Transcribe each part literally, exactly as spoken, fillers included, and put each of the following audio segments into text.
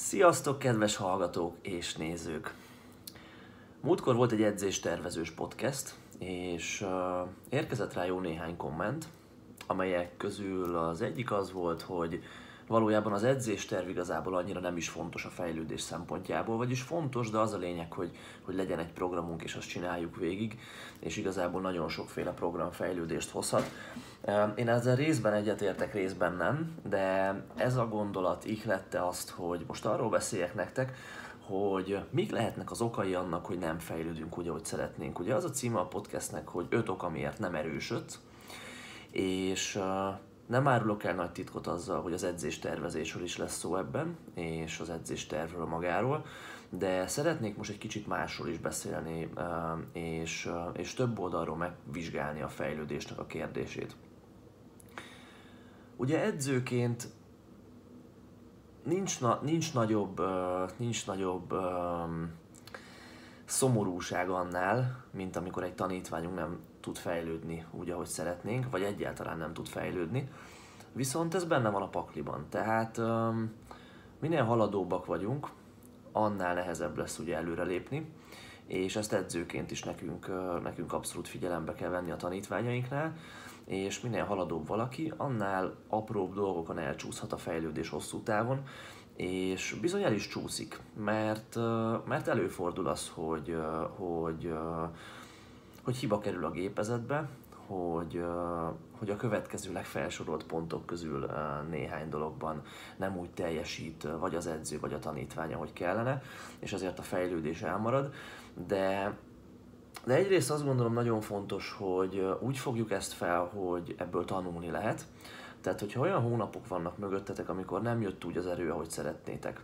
Sziasztok, kedves hallgatók és nézők! Múltkor volt egy edzéstervezős podcast, és uh, érkezett rá jó néhány komment, amelyek közül az egyik az volt, hogy valójában az edzésterv igazából annyira nem is fontos a fejlődés szempontjából, vagyis fontos, de az a lényeg, hogy, hogy legyen egy programunk, és azt csináljuk végig, és igazából nagyon sokféle program fejlődést hozhat. Én ezzel részben egyetértek, részben nem, de ez a gondolat ihlette azt, hogy most arról beszéljek nektek, hogy mik lehetnek az okai annak, hogy nem fejlődünk úgy, ahogy szeretnénk. Ugye az a címe a podcastnek, hogy öt ok, amiért nem erősödsz, és nem árulok el nagy titkot azzal, hogy az edzéstervezésről is lesz szó ebben, és az edzéstervről magáról, de szeretnék most egy kicsit másról is beszélni, és, és több oldalról megvizsgálni a fejlődésnek a kérdését. Ugye edzőként nincs, na, nincs nagyobb, nincs nagyobb szomorúság annál, mint amikor egy tanítványunk nem tud fejlődni úgy, ahogy szeretnénk, vagy egyáltalán nem tud fejlődni. Viszont ez benne van a pakliban. Tehát minél haladóbbak vagyunk, annál nehezebb lesz ugye előrelépni, és ezt edzőként is nekünk, nekünk abszolút figyelembe kell venni a tanítványainknál, és minél haladóbb valaki, annál apróbb dolgokon elcsúszhat a fejlődés hosszú távon, és bizony el is csúszik, mert, mert előfordul az, hogy, hogy, hogy hiba kerül a gépezetbe, hogy, hogy a következő legfelsorolt pontok közül néhány dologban nem úgy teljesít vagy az edző, vagy a tanítvány, ahogy kellene, és ezért a fejlődés elmarad, de De egyrészt azt gondolom nagyon fontos, hogy úgy fogjuk ezt fel, hogy ebből tanulni lehet. Tehát, hogyha olyan hónapok vannak mögöttetek, amikor nem jött úgy az erő, ahogy szeretnétek,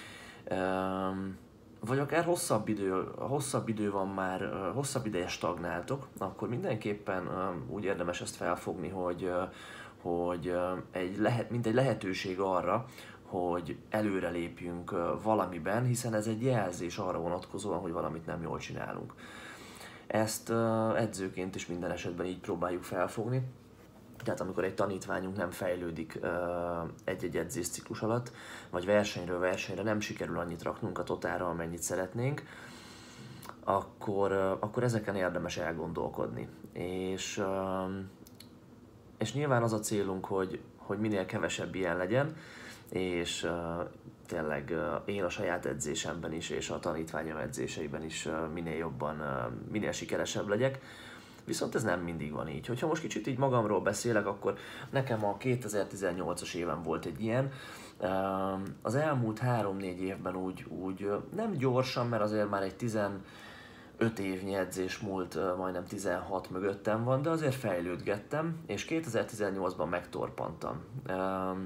vagy akár hosszabb idő, hosszabb idő van már, hosszabb ideje stagnáltok, akkor mindenképpen úgy érdemes ezt felfogni, hogy, hogy egy lehet, mint egy lehetőség arra, hogy előrelépjünk valamiben, hiszen ez egy jelzés arra vonatkozóan, hogy valamit nem jól csinálunk. Ezt uh, edzőként is minden esetben így próbáljuk felfogni. Tehát amikor egy tanítványunk nem fejlődik uh, egy-egy edzésciklus alatt, vagy versenyről versenyre nem sikerül annyit raknunk a totára, amennyit szeretnénk, akkor, uh, akkor ezeken érdemes elgondolkodni. És, uh, és nyilván az a célunk, hogy, hogy minél kevesebb ilyen legyen, és uh, tényleg uh, én a saját edzésemben is, és a tanítványom edzéseiben is uh, minél jobban, uh, minél sikeresebb legyek. Viszont ez nem mindig van így. Hogyha most kicsit így magamról beszélek, akkor nekem a kétezer-tizennyolcas éven volt egy ilyen. Uh, az elmúlt három-négy évben úgy, úgy uh, nem gyorsan, mert azért már egy tizenöt évnyi edzés múlt, uh, majdnem tizenhat mögöttem van, de azért fejlődgettem, és kétezer-tizennyolcban megtorpantam. Uh,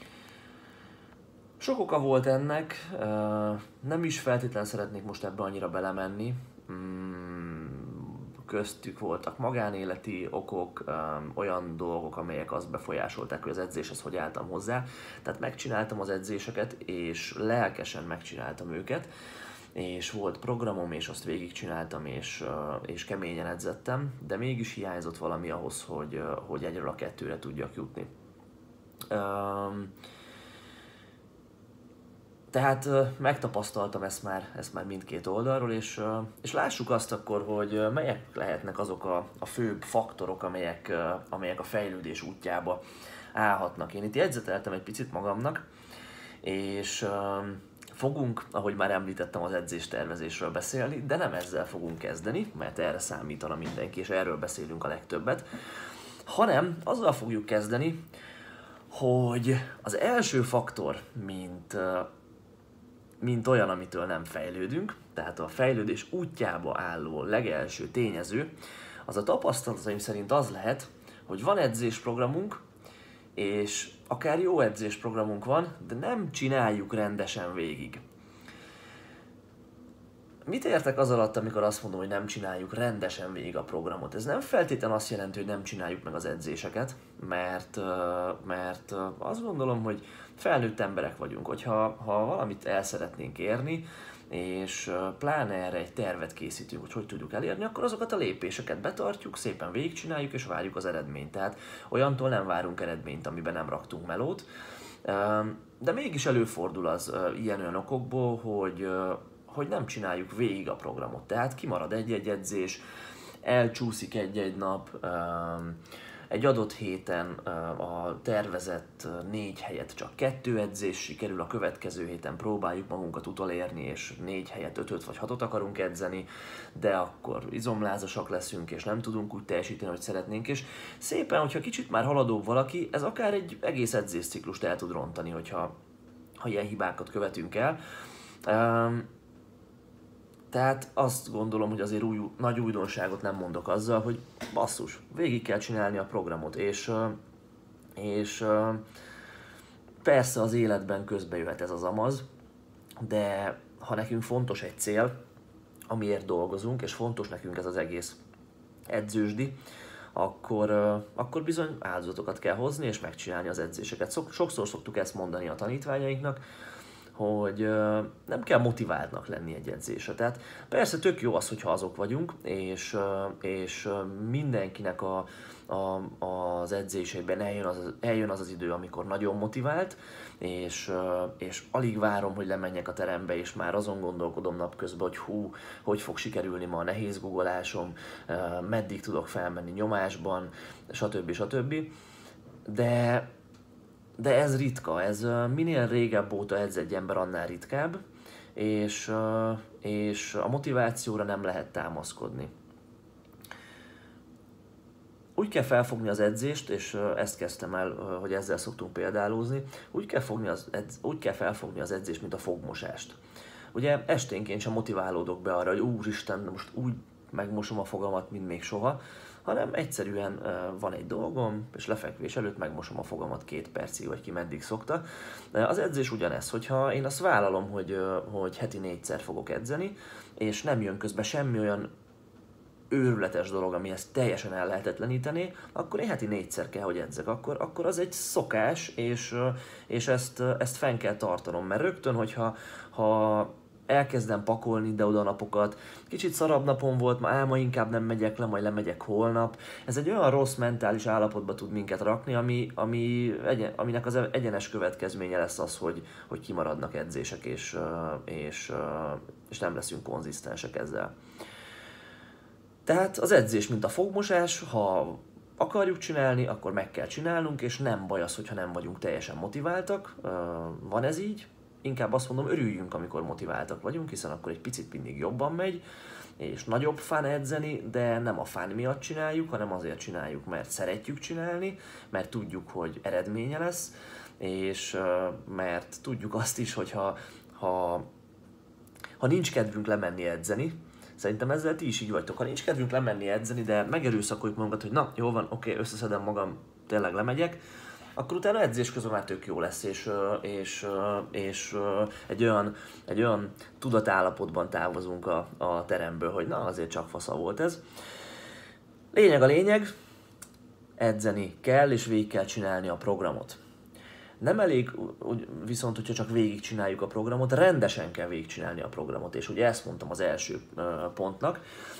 Sok oka volt ennek, nem is feltétlenül szeretnék most ebbe annyira belemenni. Köztük voltak magánéleti okok, olyan dolgok, amelyek azt befolyásolták, hogy az edzéshez hogy álltam hozzá. Tehát megcsináltam az edzéseket, és lelkesen megcsináltam őket, és volt programom, és azt végigcsináltam, és, és keményen edzettem, de mégis hiányzott valami ahhoz, hogy, hogy egyről a kettőre tudjak jutni. Tehát megtapasztaltam ezt már, ezt már mindkét oldalról, és, és lássuk azt akkor, hogy melyek lehetnek azok a, a főbb faktorok, amelyek, amelyek a fejlődés útjába állhatnak. Én itt jegyzeteltem egy picit magamnak, és fogunk, ahogy már említettem, az edzéstervezésről beszélni, de nem ezzel fogunk kezdeni, mert erre számítana mindenki, és erről beszélünk a legtöbbet, hanem azzal fogjuk kezdeni, hogy az első faktor, mint mint olyan, amitől nem fejlődünk, tehát a fejlődés útjába álló legelső tényező, az a tapasztalataim szerint az lehet, hogy van edzésprogramunk, és akár jó edzésprogramunk van, de nem csináljuk rendesen végig. Mit értek az alatt, amikor azt mondom, hogy nem csináljuk rendesen végig a programot? Ez nem feltétlenül azt jelenti, hogy nem csináljuk meg az edzéseket, mert, mert azt gondolom, hogy felnőtt emberek vagyunk, hogyha ha valamit el szeretnénk érni, és pláne erre egy tervet készítünk, hogy hogy tudjuk elérni, akkor azokat a lépéseket betartjuk, szépen végigcsináljuk, és várjuk az eredményt. Tehát olyantól nem várunk eredményt, amiben nem raktunk melót. de mégis előfordul az ilyen-olyan okokból, hogy, hogy nem csináljuk végig a programot. Tehát kimarad egy-egy edzés, elcsúszik egy-egy nap, egy adott héten a tervezett négy helyett csak kettő edzés sikerül, a következő héten próbáljuk magunkat utolérni, és négy helyett ötöt vagy hatot akarunk edzeni, de akkor izomlázasak leszünk, és nem tudunk úgy teljesíteni, hogy szeretnénk, és szépen, hogyha kicsit már haladóbb valaki, ez akár egy egész edzésciklust el tud rontani, hogyha ha ilyen hibákat követünk el. Tehát azt gondolom, hogy azért új, nagy újdonságot nem mondok azzal, hogy basszus, végig kell csinálni a programot, és, és persze az életben közbe jöhet ez az amaz, de ha nekünk fontos egy cél, amiért dolgozunk, és fontos nekünk ez az egész edzősdi, akkor, akkor bizony áldozatokat kell hozni, és megcsinálni az edzéseket. Sokszor szoktuk ezt mondani a tanítványainknak, hogy nem kell motiváltnak lenni egy edzésre. Tehát persze tök jó az, hogyha azok vagyunk, és, és mindenkinek a, a, az edzéseiben eljön az, eljön az az idő, amikor nagyon motivált, és, és alig várom, hogy lemenjek a terembe, és már azon gondolkodom napközben, hogy hú, hogy fog sikerülni ma a nehéz guggolásom, meddig tudok felmenni nyomásban, stb. stb. De De ez ritka, ez minél régebb óta edz egy ember, annál ritkább, és, és a motivációra nem lehet támaszkodni. Úgy kell felfogni az edzést, és ezt kezdtem el, hogy ezzel szoktunk példálózni, úgy kell, fogni az edz, úgy kell felfogni az edzést, mint a fogmosást. Ugye esténként sem motiválódok be arra, hogy úristen, most úgy megmosom a fogamat, mint még soha, hanem egyszerűen uh, van egy dolgom, és lefekvés előtt megmosom a fogamat két percig, vagy ki meddig szokta. Az edzés ugyanez, hogyha én azt vállalom, hogy, uh, hogy heti négyszer fogok edzeni, és nem jön közbe semmi olyan őrületes dolog, ami ezt teljesen ellehetetlenítené, akkor én heti négyszer kell, hogy edzek. Akkor, akkor az egy szokás, és, uh, és ezt, uh, ezt fenn kell tartanom, mert rögtön, hogyha ha elkezdem pakolni ide-oda a napokat, kicsit szarabb napom volt, ma álma inkább nem megyek le, majd lemegyek holnap. Ez egy olyan rossz mentális állapotba tud minket rakni, ami, ami egyen, aminek az egyenes következménye lesz az, hogy, hogy kimaradnak edzések, és, és, és nem leszünk konzisztensek ezzel. Tehát az edzés, mint a fogmosás, ha akarjuk csinálni, akkor meg kell csinálnunk, és nem baj az, hogyha nem vagyunk teljesen motiváltak. Van ez így? Inkább azt mondom, örüljünk, amikor motiváltak vagyunk, hiszen akkor egy picit mindig jobban megy, és nagyobb fán edzeni, de nem a fán miatt csináljuk, hanem azért csináljuk, mert szeretjük csinálni, mert tudjuk, hogy eredménye lesz, és mert tudjuk azt is, hogy ha, ha, ha nincs kedvünk lemenni edzeni, szerintem ezzel ti is így vagytok, ha nincs kedvünk lemenni edzeni, de megerőszakoljuk magunkat, hogy na, jó van, oké, összeszedem magam, tényleg lemegyek, akkor utána edzés közben már tök jó lesz, és, és, és egy, olyan, egy olyan tudatállapotban távozunk a, a teremből, hogy na, azért csak fasza volt ez. Lényeg a lényeg, edzeni kell, és végig kell csinálni a programot. Nem elég viszont, hogyha csak végigcsináljuk a programot, rendesen kell végigcsinálni a programot, és ugye ezt mondtam az első pontnak.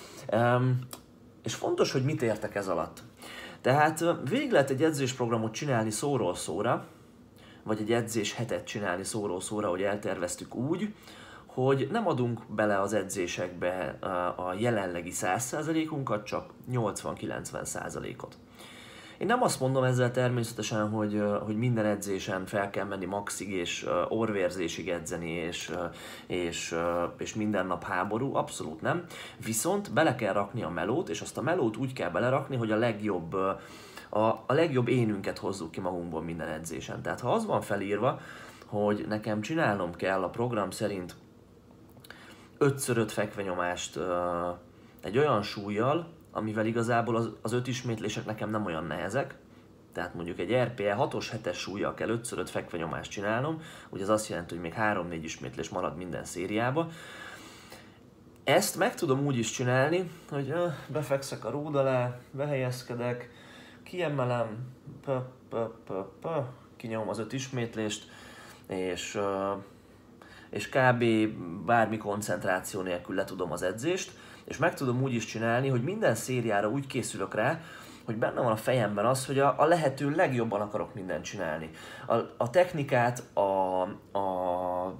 És fontos, hogy mit értek ez alatt. Tehát végig lehet egy edzésprogramot csinálni szóról szóra, vagy egy edzés hetet csinálni szóról szóra, hogy elterveztük úgy, hogy nem adunk bele az edzésekbe a jelenlegi száz százalékunkat, csak nyolcvan-kilencven százalékot. Én nem azt mondom ezzel természetesen, hogy, hogy minden edzésen fel kell menni maxig és orvérzésig edzeni, és, és, és minden nap háború, abszolút nem. Viszont bele kell rakni a melót, és azt a melót úgy kell belerakni, hogy a legjobb, a, a legjobb énünket hozzuk ki magunkból minden edzésen. Tehát ha az van felírva, hogy nekem csinálnom kell a program szerint ötször öt fekvenyomást egy olyan súlyjal, amivel igazából az, az öt ismétlések nekem nem olyan nehezek, tehát mondjuk egy er pé e hatos hetes súllyal kell ötször öt fekvenyomást csinálnom, ugye az azt jelenti, hogy még három-négy ismétlés marad minden szériába. Ezt meg tudom úgy is csinálni, hogy uh, befekszek a ród alá, behelyezkedek, kiemelem, p, p, p, p, kinyomom az öt ismétlést, és, uh, és kb. Bármi koncentráció nélkül letudom az edzést, és meg tudom úgy is csinálni, hogy minden szériára úgy készülök rá, hogy benne van a fejemben az, hogy a, a lehető legjobban akarok mindent csinálni. A, a technikát, a, a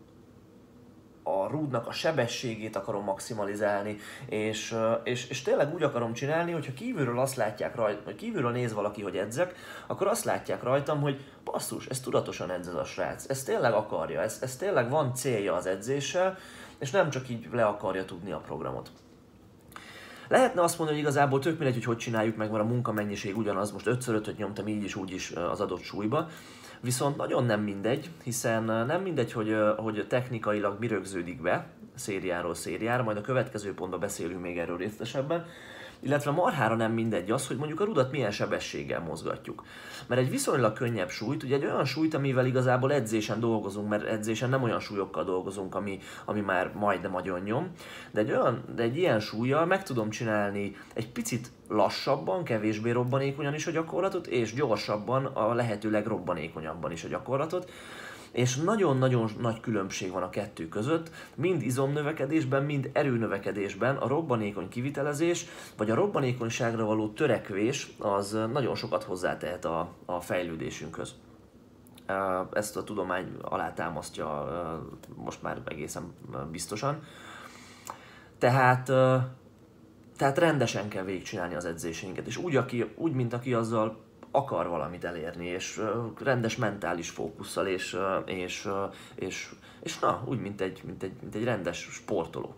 a rúdnak a sebességét akarom maximalizálni, és, és, és tényleg úgy akarom csinálni, hogyha kívülről azt látják rajtam, hogy kívülről néz valaki, hogy edzek, akkor azt látják rajtam, hogy basszus, ez tudatosan edz ez a srác, ez tényleg akarja, ez, ez tényleg van célja az edzéssel, és nem csak így le akarja tudni a programot. Lehetne azt mondani, hogy igazából tök mindegy, hogy hogy csináljuk meg, mert a munkamennyiség ugyanaz, most ötször ötöt nyomtam így is úgy is az adott súlyba, viszont nagyon nem mindegy, hiszen nem mindegy, hogy, hogy technikailag mi rögződik be szériáról szériára, majd a következő pontban beszélünk még erről részletesebben, illetve marhára nem mindegy az, hogy mondjuk a rudat milyen sebességgel mozgatjuk. Mert egy viszonylag könnyebb súlyt, ugye egy olyan súlyt, amivel igazából edzésen dolgozunk, mert edzésen nem olyan súlyokkal dolgozunk, ami, ami már majdnem agyon nyom, de egy, olyan, de egy ilyen súlyjal meg tudom csinálni egy picit lassabban, kevésbé robbanékonyan is a gyakorlatot, és gyorsabban, a lehető legrobbanékonyabban is a gyakorlatot. És nagyon-nagyon nagy különbség van a kettő között, mind izomnövekedésben, mind erőnövekedésben a robbanékony kivitelezés, vagy a robbanékonyságra való törekvés az nagyon sokat hozzátehet a, a fejlődésünkhöz. Ezt a tudomány alátámasztja most már egészen biztosan. Tehát, tehát rendesen kell végigcsinálni az edzéseinket, és úgy, aki, úgy, mint aki azzal akar valamit elérni, és uh, rendes mentális fókusszal, és, uh, és, uh, és, és na, úgy, mint egy, mint, egy, mint egy rendes sportoló.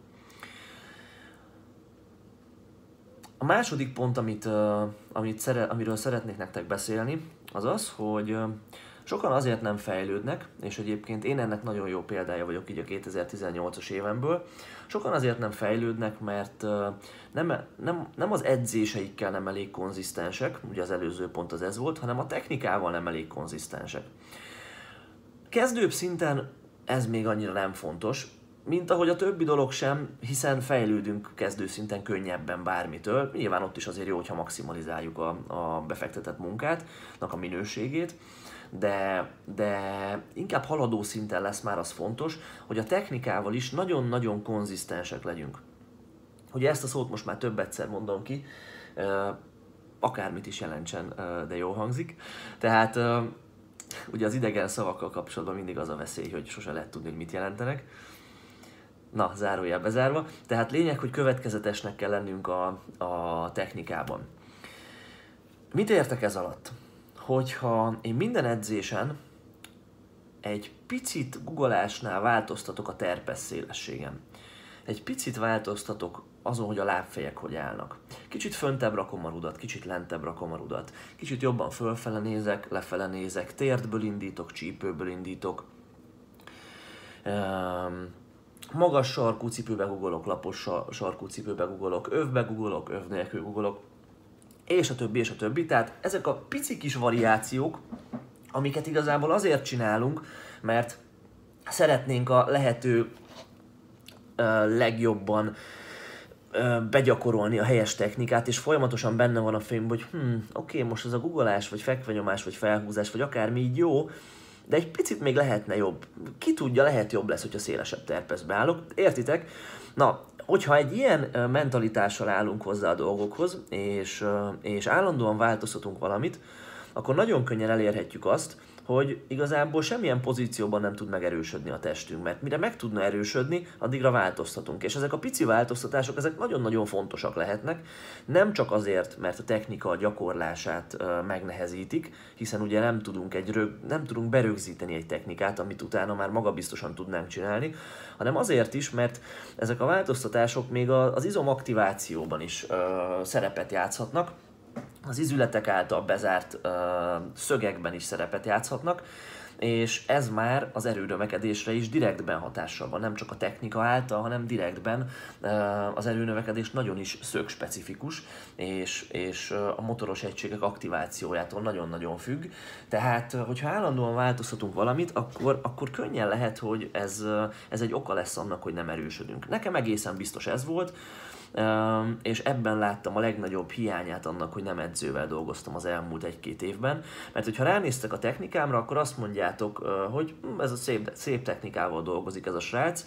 A második pont, amit, uh, amit szere, amiről szeretnék nektek beszélni, az az, hogy uh, sokan azért nem fejlődnek, és egyébként én ennek nagyon jó példája vagyok így a kétezer-tizennyolcas évemből, sokan azért nem fejlődnek, mert uh, nem, nem, nem az edzéseikkel nem elég konzisztensek, ugye az előző pont az ez volt, hanem a technikával nem elég konzisztensek. Kezdőbb szinten ez még annyira nem fontos, mint ahogy a többi dolog sem, hiszen fejlődünk kezdőszinten könnyebben bármitől. Nyilván ott is azért jó, hogyha maximalizáljuk a, a befektetett munkátnak a minőségét, de, de inkább haladó szinten lesz már az fontos, hogy a technikával is nagyon-nagyon konzisztensek legyünk. Ugye ezt a szót most már több egyszer mondom ki, akármit is jelentsen, de jó hangzik. Tehát ugye az idegen szavakkal kapcsolatban mindig az a veszély, hogy sose lehet tudni, hogy mit jelentenek. Na, zárójel bezárva. Tehát lényeg, hogy következetesnek kell lennünk a, a technikában. Mit értek ez alatt? Hogyha én minden edzésen egy picit guggolásnál változtatok a terpesz szélességen, egy picit változtatok azon, hogy a lábfejek hogy állnak. Kicsit föntebb rakom a rudat, kicsit lentebb rakom a rudat, kicsit jobban fölfele nézek, lefele nézek, térdből indítok, csípőből indítok. Um, magas sarkú cipőbe guggolok, lapos sarkú cipőbe guggolok, övbe guggolok, öv nélkül guggolok, és a többi, és a többi. Tehát ezek a pici kis variációk, amiket igazából azért csinálunk, mert szeretnénk a lehető uh, legjobban uh, begyakorolni a helyes technikát, és folyamatosan benne van a fejünkben, hogy hm, oké, okay, most ez a guggolás, vagy fekvenyomás, vagy felhúzás, vagy akármi így jó, de egy picit még lehetne jobb. Ki tudja, lehet jobb lesz, hogyha szélesebb terpeszbe állok. Értitek? Na, hogyha egy ilyen mentalitással állunk hozzá a dolgokhoz, és, és állandóan változtatunk valamit, akkor nagyon könnyen elérhetjük azt, hogy igazából semmilyen pozícióban nem tud megerősödni a testünk, mert mire meg tudna erősödni, addigra változtatunk. És ezek a pici változtatások, ezek nagyon-nagyon fontosak lehetnek, nem csak azért, mert a technika gyakorlását uh, megnehezítik, hiszen ugye nem tudunk, egy rög, nem tudunk berögzíteni egy technikát, amit utána már magabiztosan tudnánk csinálni, hanem azért is, mert ezek a változtatások még az izomaktivációban is uh, szerepet játszhatnak, az izületek által bezárt uh, szögekben is szerepet játszhatnak, és ez már az erőnövekedésre is direktben hatással van, nem csak a technika által, hanem direktben uh, az erőnövekedés nagyon is szögspecifikus, és, és uh, a motoros egységek aktivációjától nagyon-nagyon függ. Tehát, hogyha állandóan változtatunk valamit, akkor, akkor könnyen lehet, hogy ez, uh, ez egy oka lesz annak, hogy nem erősödünk. Nekem egészen biztos ez volt, Um, és ebben láttam a legnagyobb hiányát annak, hogy nem edzővel dolgoztam az elmúlt egy-két évben, mert hogyha ránéztek a technikámra, akkor azt mondjátok, uh, hogy hm, ez a szép, szép technikával dolgozik ez a srác,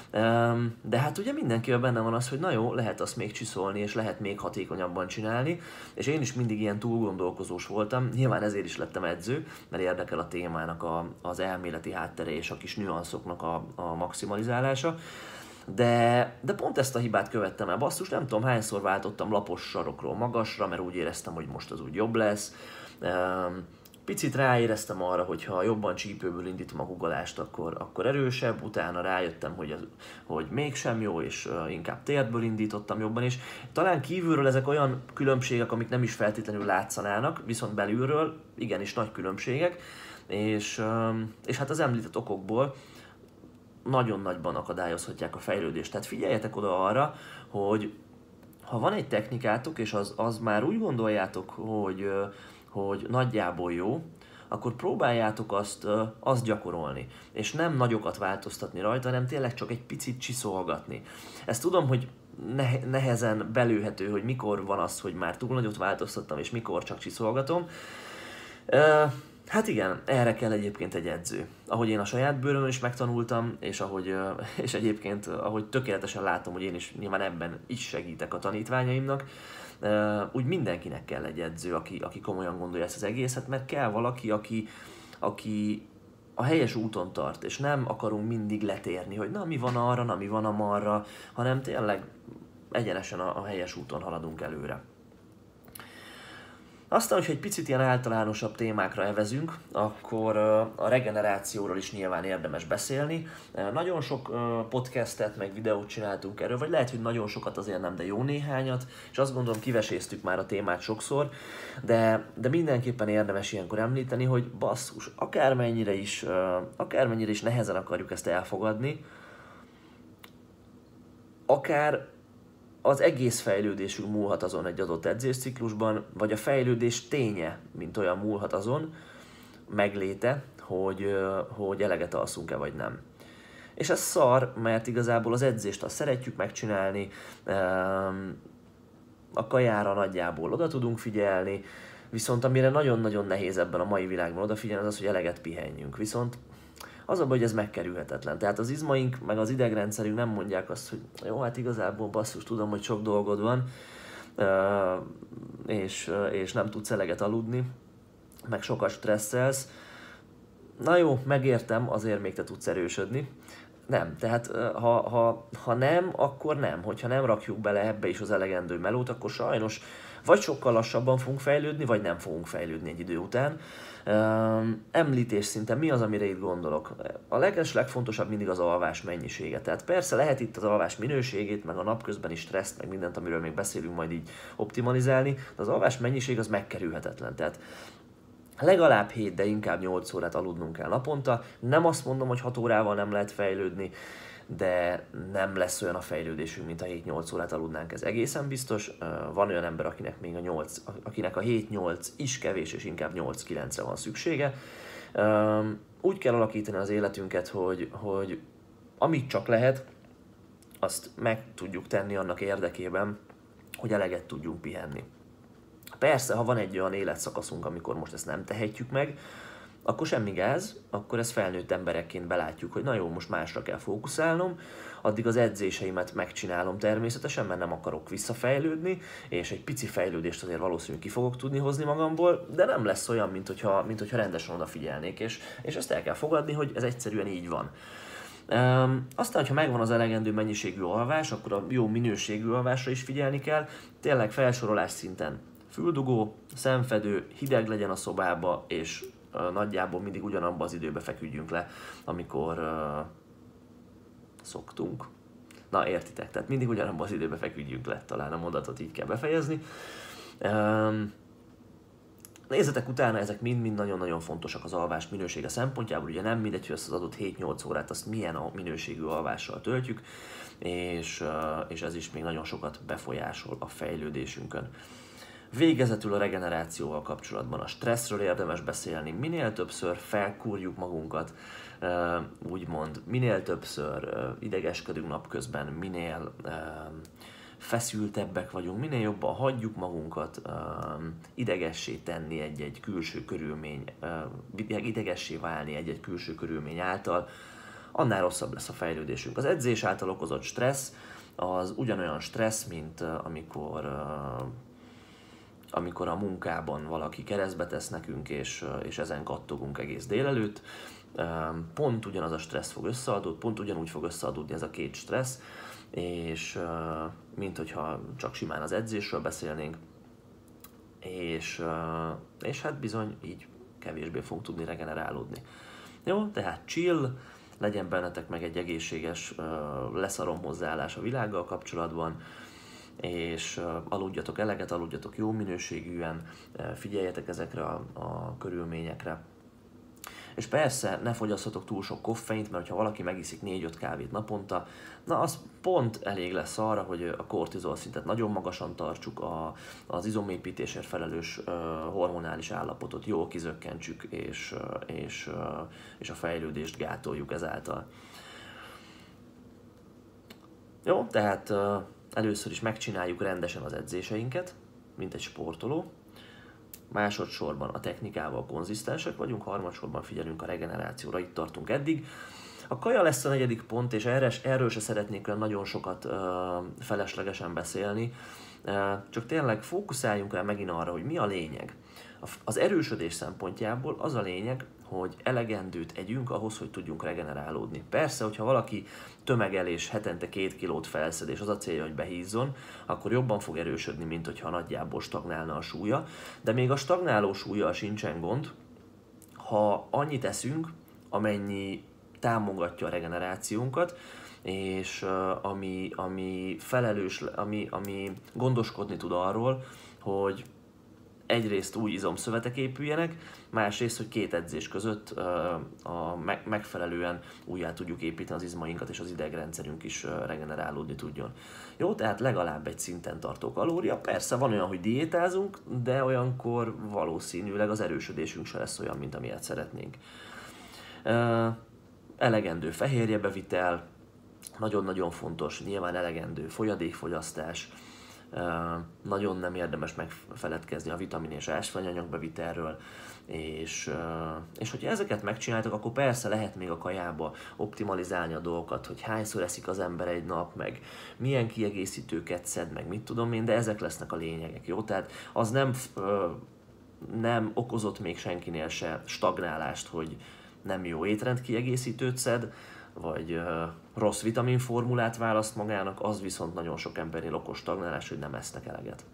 De hát ugye mindenkivel benne van az, hogy na jó, lehet azt még csiszolni, és lehet még hatékonyabban csinálni, és én is mindig ilyen túlgondolkozós voltam, nyilván ezért is lettem edző, mert érdekel a témának a, az elméleti háttere és a kis nüanszoknak a, a maximalizálása. De, de pont ezt a hibát követtem el, basszus, nem tudom hányszor váltottam lapos sarokról magasra, mert úgy éreztem, hogy most az úgy jobb lesz. Picit ráéreztem arra, hogy ha jobban csípőből indítom a guggolást, akkor, akkor erősebb, utána rájöttem, hogy, az, hogy mégsem jó, és inkább térdből indítottam jobban, és talán kívülről ezek olyan különbségek, amik nem is feltétlenül látszanának, viszont belülről igenis nagy különbségek, és, és hát az említett okokból nagyon nagyban akadályozhatják a fejlődést. Tehát figyeljetek oda arra, hogy ha van egy technikátok, és az, az már úgy gondoljátok, hogy, hogy nagyjából jó, akkor próbáljátok azt, azt gyakorolni, és nem nagyokat változtatni rajta, hanem tényleg csak egy picit csiszolgatni. Ezt tudom, hogy nehezen belőhető, hogy mikor van az, hogy már túl nagyot változtattam, és mikor csak csiszolgatom. Hát igen, erre kell egyébként egy edző. Ahogy én a saját bőrömön is megtanultam, és, ahogy, és egyébként ahogy tökéletesen látom, hogy én is nyilván ebben is segítek a tanítványaimnak, úgy mindenkinek kell egy edző, aki, aki komolyan gondolja ezt az egészet, mert kell valaki, aki, aki a helyes úton tart, és nem akarunk mindig letérni, hogy na mi van arra, na mi van amarra, hanem tényleg egyenesen a, a helyes úton haladunk előre. Aztán, hogyha egy picit ilyen általánosabb témákra evezünk, akkor a regenerációról is nyilván érdemes beszélni. Nagyon sok podcastet, meg videót csináltunk erről, vagy lehet, hogy nagyon sokat azért nem, de jó néhányat, és azt gondolom kiveséztük már a témát sokszor, de, de mindenképpen érdemes ilyenkor említeni, hogy basszus, akármennyire is, akármennyire is nehezen akarjuk ezt elfogadni, akár az egész fejlődésünk múlhat azon egy adott edzésciklusban, vagy a fejlődés ténye, mint olyan múlhat azon, megléte, hogy, hogy eleget alszunk-e vagy nem. És ez szar, mert igazából az edzést azt szeretjük megcsinálni, a kajára nagyjából oda tudunk figyelni, viszont amire nagyon-nagyon nehéz ebben a mai világban odafigyelni, az az, hogy eleget pihenjünk. Viszont az a baj, hogy ez megkerülhetetlen. Tehát az izmaink, meg az idegrendszerünk nem mondják azt, hogy jó, hát igazából basszus, tudom, hogy sok dolgod van, és, és nem tudsz eleget aludni, meg sokat stresszelsz. Na jó, megértem, azért még te tudsz erősödni. Nem, tehát ha, ha, ha nem, akkor nem. Hogyha nem rakjuk bele ebbe is az elegendő melót, akkor sajnos vagy sokkal lassabban fogunk fejlődni, vagy nem fogunk fejlődni egy idő után. Említés szinten mi az, amire itt gondolok? A leges legfontosabb mindig az alvás mennyisége. Tehát persze lehet itt az alvás minőségét, meg a napközbeni stresszt, meg mindent, amiről még beszélünk, majd így optimalizálni, de az alvás mennyiség az megkerülhetetlen. Tehát legalább hét, de inkább nyolc órát aludnunk kell naponta. Nem azt mondom, hogy hat órával nem lehet fejlődni, de nem lesz olyan a fejlődésünk, mint a hét-nyolc órát aludnánk, ez egészen biztos. Van olyan ember, akinek még a nyolc, akinek a hét-nyolc is kevés, és inkább nyolc-kilencre van szüksége. Úgy kell alakítani az életünket, hogy, hogy amit csak lehet, azt meg tudjuk tenni annak érdekében, hogy eleget tudjunk pihenni. Persze, ha van egy olyan életszakaszunk, amikor most ezt nem tehetjük meg, akkor semmi gáz, akkor ezt felnőtt emberekként belátjuk, hogy na jó, most másra kell fókuszálnom, addig az edzéseimet megcsinálom természetesen, mert nem akarok visszafejlődni, és egy pici fejlődést azért valószínűleg ki fogok tudni hozni magamból, de nem lesz olyan, mint hogyha, mint hogyha rendesen odafigyelnék, és, és ezt el kell fogadni, hogy ez egyszerűen így van. Um, aztán, hogyha megvan az elegendő mennyiségű alvás, akkor a jó minőségű alvásra is figyelni kell, tényleg felsorolás szinten füldugó, szemfedő, hideg legyen a szobába, és uh, nagyjából mindig ugyanabban az időbe feküdjünk le, amikor uh, szoktunk. Na, értitek, tehát mindig ugyanabban az időbe feküdjünk le, talán a mondatot így kell befejezni. Um, Nézzetek utána, ezek mind-mind nagyon-nagyon fontosak az alvás minősége szempontjából, ugye nem mindegy, hogy azt az adott hét-nyolc órát azt milyen a minőségű alvással töltjük, és, és ez is még nagyon sokat befolyásol a fejlődésünkön. Végezetül a regenerációval kapcsolatban a stresszről érdemes beszélni, minél többször felkúrjuk magunkat, úgymond minél többször idegeskedünk napközben, minél feszültebbek vagyunk, minél jobban hagyjuk magunkat idegessé tenni egy-egy külső körülmény, idegessé válni egy-egy külső körülmény által, annál rosszabb lesz a fejlődésünk. Az edzés által okozott stressz az ugyanolyan stressz, mint amikor, amikor a munkában valaki keresztbe tesz nekünk, és, és ezen kattogunk egész délelőtt. Pont ugyanaz a stressz fog összeadódni, pont ugyanúgy fog összeadódni ez a két stressz, és mint hogyha csak simán az edzésről beszélnénk, és, és hát bizony így kevésbé fog tudni regenerálódni. Jó, tehát chill, legyen bennetek meg egy egészséges, leszarom hozzáállás a világgal kapcsolatban, és aludjatok eleget, aludjatok jó minőségűen, figyeljetek ezekre a, a körülményekre. És persze ne fogyasszatok túl sok koffeint, mert ha valaki megiszik négy-öt kávét naponta, na az pont elég lesz arra, hogy a kortizol szintet nagyon magasan tartsuk, a, az izomépítésért felelős uh, hormonális állapotot jól kizökkentsük, és, uh, és, uh, és a fejlődést gátoljuk ezáltal. Jó, tehát uh, először is megcsináljuk rendesen az edzéseinket, mint egy sportoló. Másodszorban a technikával konzisztensek vagyunk, harmadsorban figyelünk a regenerációra, itt tartunk eddig. A kaja lesz a negyedik pont, és erre, erről se szeretnék olyan nagyon sokat uh, feleslegesen beszélni, uh, csak tényleg fókuszáljunk el megint arra, hogy mi a lényeg. Az erősödés szempontjából az a lényeg, hogy elegendőt együnk ahhoz, hogy tudjunk regenerálódni. Persze, hogyha valaki tömegelés hetente két kilót felszed, és az a célja, hogy behízzon, akkor jobban fog erősödni, mint hogyha nagyjából stagnálna a súlya. De még a stagnáló súllyal sincsen gond, ha annyit eszünk, amennyi támogatja a regenerációnkat, és uh, ami, ami felelős, ami, ami gondoskodni tud arról, hogy egyrészt új izomszövetek épüljenek, másrészt, hogy két edzés között uh, a me- megfelelően újjá tudjuk építeni az izmainkat, és az idegrendszerünk is uh, regenerálódni tudjon. Jó, tehát legalább egy szinten tartó kalória. Persze van olyan, hogy diétázunk, de olyankor valószínűleg az erősödésünk se lesz olyan, mint amilyet szeretnénk. Uh, elegendő fehérjebevitel, nagyon-nagyon fontos, nyilván elegendő folyadékfogyasztás, uh, nagyon nem érdemes megfeledkezni a vitamin és ásványanyagbevitelről, és, uh, és hogyha ezeket megcsináltok, akkor persze lehet még a kajába optimalizálni a dolgokat, hogy hányszor eszik az ember egy nap, meg milyen kiegészítőket szed, meg mit tudom én, de ezek lesznek a lényegek, jó? Tehát az nem, uh, nem okozott még senkinél se stagnálást, hogy nem jó étrendkiegészítőt szed, vagy uh, rossz vitaminformulát választ magának, az viszont nagyon sok embernél okos stagnálás, hogy nem esznek eleget.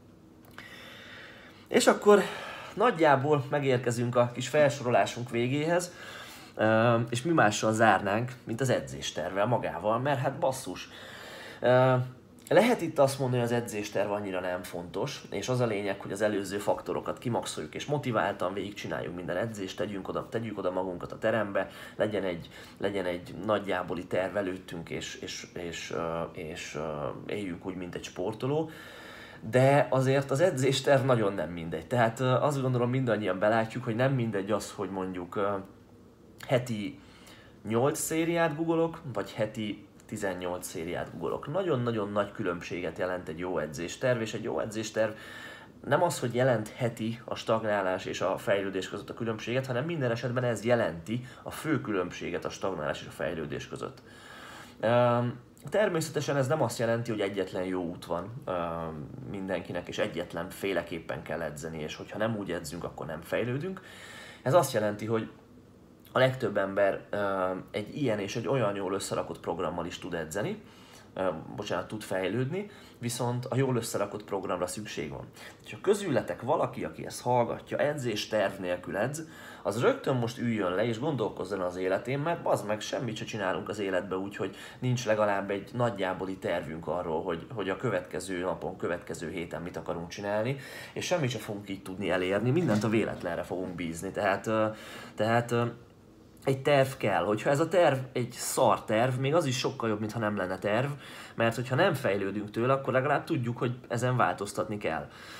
És akkor nagyjából megérkezünk a kis felsorolásunk végéhez, uh, és mi mással zárnánk, mint az edzéstervvel magával, mert hát basszus. Uh, Lehet itt azt mondani, hogy az edzésterv annyira nem fontos, és az a lényeg, hogy az előző faktorokat kimaxoljuk, és motiváltan végigcsináljunk minden edzést, tegyünk oda, tegyük oda magunkat a terembe, legyen egy, legyen egy nagyjáboli terv előttünk, és, és, és, és, és éljünk úgy, mint egy sportoló. De azért az edzésterv nagyon nem mindegy. Tehát azt gondolom, mindannyian belátjuk, hogy nem mindegy az, hogy mondjuk heti nyolc szériát googolok, vagy heti tizennyolc szériát googolok. Nagyon-nagyon nagy különbséget jelent egy jó edzésterv, és egy jó edzésterv nem az, hogy jelentheti a stagnálás és a fejlődés között a különbséget, hanem minden esetben ez jelenti a fő különbséget a stagnálás és a fejlődés között. Természetesen ez nem azt jelenti, hogy egyetlen jó út van mindenkinek, és egyetlen féleképpen kell edzeni, és hogyha nem úgy edzünk, akkor nem fejlődünk. Ez azt jelenti, hogy a legtöbb ember uh, egy ilyen és egy olyan jól összerakott programmal is tud edzeni, uh, bocsánat, tud fejlődni, viszont a jól összerakott programra szükség van. Ha közületek valaki, aki ezt hallgatja, edzés terv nélkül edz, az rögtön most üljön le és gondolkozzon az életén, mert bazd meg, semmit se csinálunk az életbe úgy, hogy nincs legalább egy nagyjáboli tervünk arról, hogy, hogy a következő napon, következő héten mit akarunk csinálni, és semmit se fogunk így tudni elérni, mindent a véletlenre fogunk bízni. Tehát, uh, tehát uh, egy terv kell, hogyha ez a terv egy szar terv, még az is sokkal jobb, mintha nem lenne terv, mert hogyha nem fejlődünk tőle, akkor legalább tudjuk, hogy ezen változtatni kell.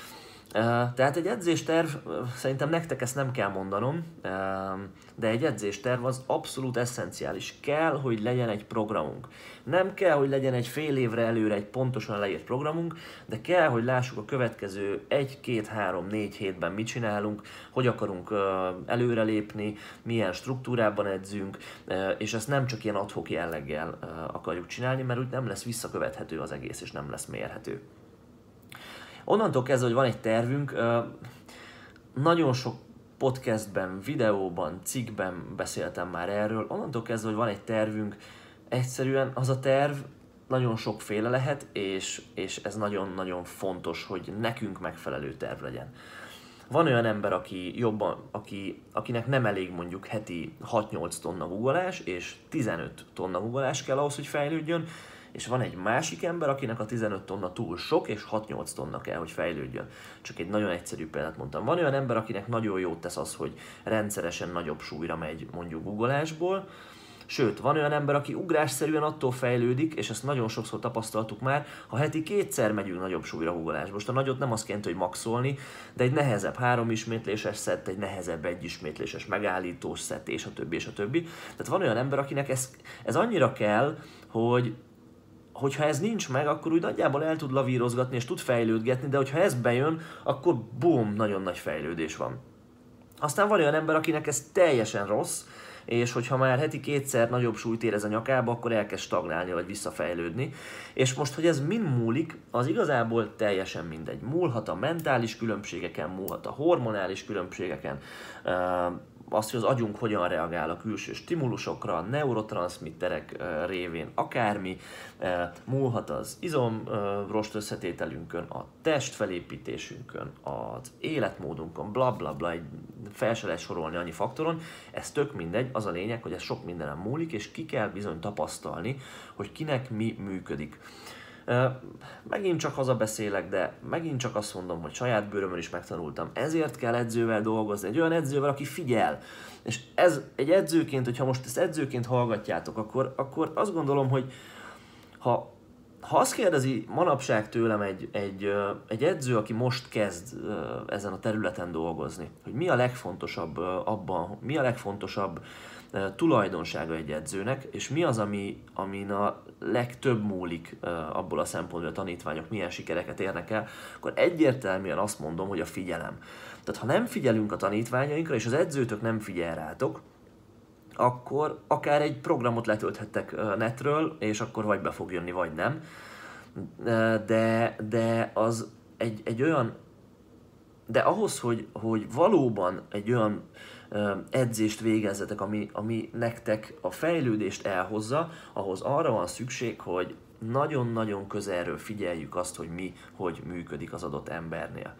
Tehát egy edzésterv, szerintem nektek ezt nem kell mondanom, de egy edzésterv az abszolút eszenciális. Kell, hogy legyen egy programunk. Nem kell, hogy legyen egy fél évre előre egy pontosan leírt programunk, de kell, hogy lássuk a következő egy, két, három, négy hétben mit csinálunk, hogy akarunk előrelépni, milyen struktúrában edzünk, és ezt nem csak ilyen ad hoc jelleggel akarjuk csinálni, mert úgy nem lesz visszakövethető az egész, és nem lesz mérhető. Onnantól kezdve, hogy van egy tervünk, nagyon sok podcastben, videóban, cikkben beszéltem már erről, onnantól kezdve, hogy van egy tervünk, egyszerűen az a terv nagyon sokféle lehet, és, és ez nagyon-nagyon fontos, hogy nekünk megfelelő terv legyen. Van olyan ember, aki jobban, aki, akinek nem elég mondjuk heti hat-nyolc tonna guggolás, és tizenöt tonna guggolás kell ahhoz, hogy fejlődjön, és van egy másik ember, akinek a tizenöt tonna túl sok, és hat-nyolc tonna kell, hogy fejlődjön. Csak egy nagyon egyszerű példát mondtam. Van olyan ember, akinek nagyon jót tesz az, hogy rendszeresen nagyobb súlyra megy mondjuk guggolásból, sőt, van olyan ember, aki ugrásszerűen attól fejlődik, és ezt nagyon sokszor tapasztaltuk már, ha heti kétszer megyünk nagyobb súlyra guggolásba. Most a nagyot nem azt jelenti, hogy maxolni, de egy nehezebb három ismétléses szett, egy nehezebb egy ismétléses megállítós szett, és a többi, és a többi. Tehát van olyan ember, akinek ez, ez annyira kell, hogy hogyha ez nincs meg, akkor úgy nagyjából el tud lavírozgatni és tud fejlődgetni, de hogyha ez bejön, akkor bum, nagyon nagy fejlődés van. Aztán van olyan ember, akinek ez teljesen rossz, és hogyha már heti kétszer nagyobb súlyt érez a nyakába, akkor elkezd stagnálni vagy visszafejlődni. És most, hogy ez mind múlik, az igazából teljesen mindegy. Múlhat a mentális különbségeken, múlhat a hormonális különbségeken, azt, hogy az agyunk hogyan reagál a külső stimulusokra, a neurotranszmitterek révén, akármi, múlhat az izomrost összetételünkön, a testfelépítésünkön, az életmódunkon, bla bla bla, fel se lehet sorolni annyi faktoron, ez tök mindegy, az a lényeg, hogy ez sok mindenen múlik, és ki kell bizony tapasztalni, hogy kinek mi működik. Megint csak hazabeszélek, de megint csak azt mondom, hogy saját bőrömön is megtanultam. Ezért kell edzővel dolgozni, egy olyan edzővel, aki figyel. És ez egy edzőként, hogyha most ezt edzőként hallgatjátok, akkor, akkor azt gondolom, hogy ha, ha azt kérdezi manapság tőlem egy, egy, egy edző, aki most kezd ezen a területen dolgozni, hogy mi a legfontosabb abban, mi a legfontosabb tulajdonsága egy edzőnek, és mi az, ami, amin a legtöbb múlik abból a szempontból, hogy a tanítványok milyen sikereket érnek el, akkor egyértelműen azt mondom, hogy a figyelem. Tehát ha nem figyelünk a tanítványainkra, és az edzőtök nem figyel rátok, akkor akár egy programot letölthettek netről, és akkor vagy be fog jönni, vagy nem. De, de az egy, egy olyan, de ahhoz, hogy, hogy valóban egy olyan edzést végezzetek, ami, ami nektek a fejlődést elhozza, ahhoz arra van szükség, hogy nagyon-nagyon közelről figyeljük azt, hogy mi, hogy működik az adott embernél.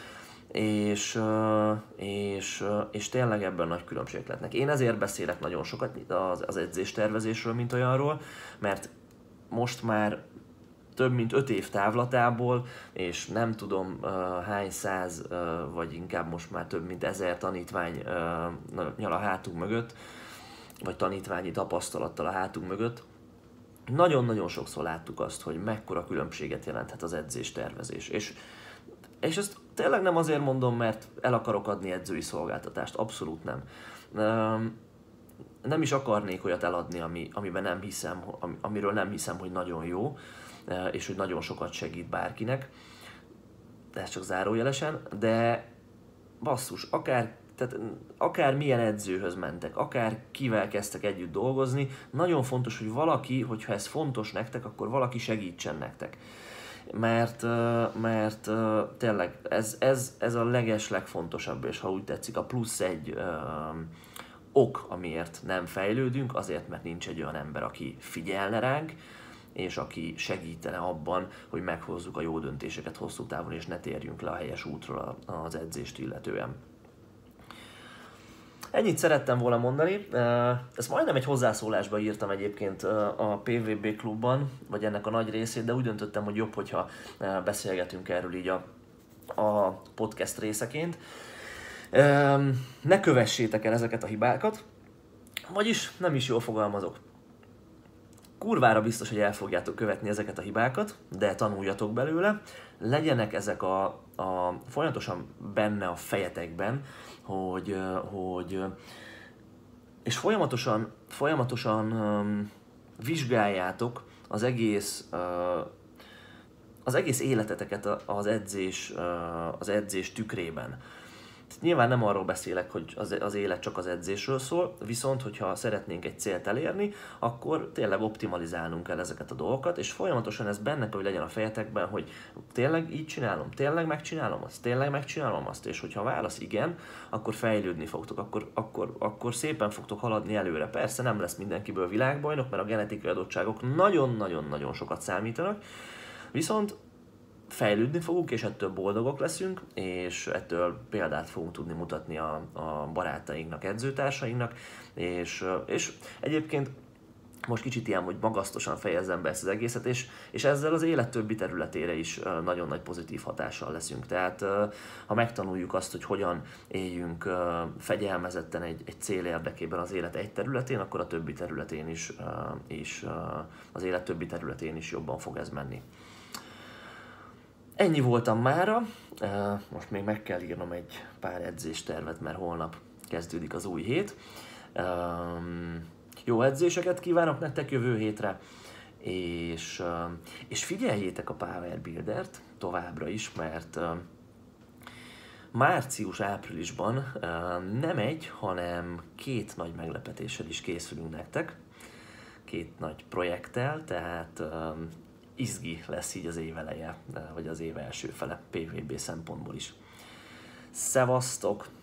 És, és, és tényleg ebben nagy különbségek lehetnek. Én ezért beszélek nagyon sokat az, az edzéstervezésről, mint olyanról, mert most már több mint öt év távlatából, és nem tudom uh, hány száz, uh, vagy inkább most már több mint ezer tanítvány uh, nyal a hátunk mögött, vagy tanítványi tapasztalattal a hátunk mögött. Nagyon-nagyon sokszor láttuk azt, hogy mekkora különbséget jelenthet az edzéstervezés. És, és ezt tényleg nem azért mondom, mert el akarok adni edzői szolgáltatást, abszolút nem. Um, nem is akarnék olyat eladni, ami, amiben nem hiszem, amiről nem hiszem, hogy nagyon jó, és hogy nagyon sokat segít bárkinek, ez csak zárójelesen, de basszus, akár, tehát akár milyen edzőhöz mentek, akár kivel kezdtek együtt dolgozni, nagyon fontos, hogy valaki, hogyha ez fontos nektek, akkor valaki segítsen nektek. Mert, mert tényleg ez, ez, ez a leges legfontosabb, és ha úgy tetszik, a plusz egy um, ok, amiért nem fejlődünk, azért, mert nincs egy olyan ember, aki figyelne ránk, és aki segítene abban, hogy meghozzuk a jó döntéseket hosszú távon, és ne térjünk le a helyes útról az edzést illetően. Ennyit szerettem volna mondani. Ezt majdnem egy hozzászólásba írtam egyébként a pé vé bé klubban, vagy ennek a nagy részét, de úgy döntöttem, hogy jobb, hogyha beszélgetünk erről így a, a podcast részeként. Ne kövessétek el ezeket a hibákat, vagyis nem is jól fogalmazok. kurvára biztos, hogy el fogjátok követni ezeket a hibákat, de tanuljatok belőle, legyenek ezek a, a folyamatosan benne a fejetekben, hogy, hogy és folyamatosan, folyamatosan um, vizsgáljátok az egész, uh, az egész életeteket az edzés, uh, az edzés tükrében. Nyilván nem arról beszélek, hogy az, az élet csak az edzésről szól, viszont hogyha szeretnénk egy célt elérni, akkor tényleg optimalizálnunk kell ezeket a dolgokat, és folyamatosan ez benne kell, hogy legyen a fejetekben, hogy tényleg így csinálom, tényleg megcsinálom azt, tényleg megcsinálom azt, és hogyha a válasz igen, akkor fejlődni fogtok, akkor, akkor, akkor szépen fogtok haladni előre. Persze nem lesz mindenkiből világbajnok, mert a genetikai adottságok nagyon-nagyon-nagyon sokat számítanak, viszont fejlődni fogunk, és ettől boldogok leszünk, és ettől példát fogunk tudni mutatni a, a barátainknak, edzőtársainknak, és, és egyébként most kicsit ilyen, hogy magasztosan fejezzem be ezt az egészet, és, és ezzel az élet többi területére is nagyon nagy pozitív hatással leszünk. Tehát ha megtanuljuk azt, hogy hogyan éljünk fegyelmezetten egy, egy cél érdekében az élet egy területén, akkor a többi területén is, is az élet többi területén is jobban fog ez menni. Ennyi voltam mára, most még meg kell írnom egy pár edzéstervet, mert holnap kezdődik az új hét. Jó edzéseket kívánok nektek jövő hétre, és, és figyeljétek a Power Buildert továbbra is, mert március-áprilisban nem egy, hanem két nagy meglepetéssel is készülünk nektek, két nagy projekttel, tehát izgi lesz így az év eleje, vagy az év első fele pé vé bé szempontból is. Szevasztok!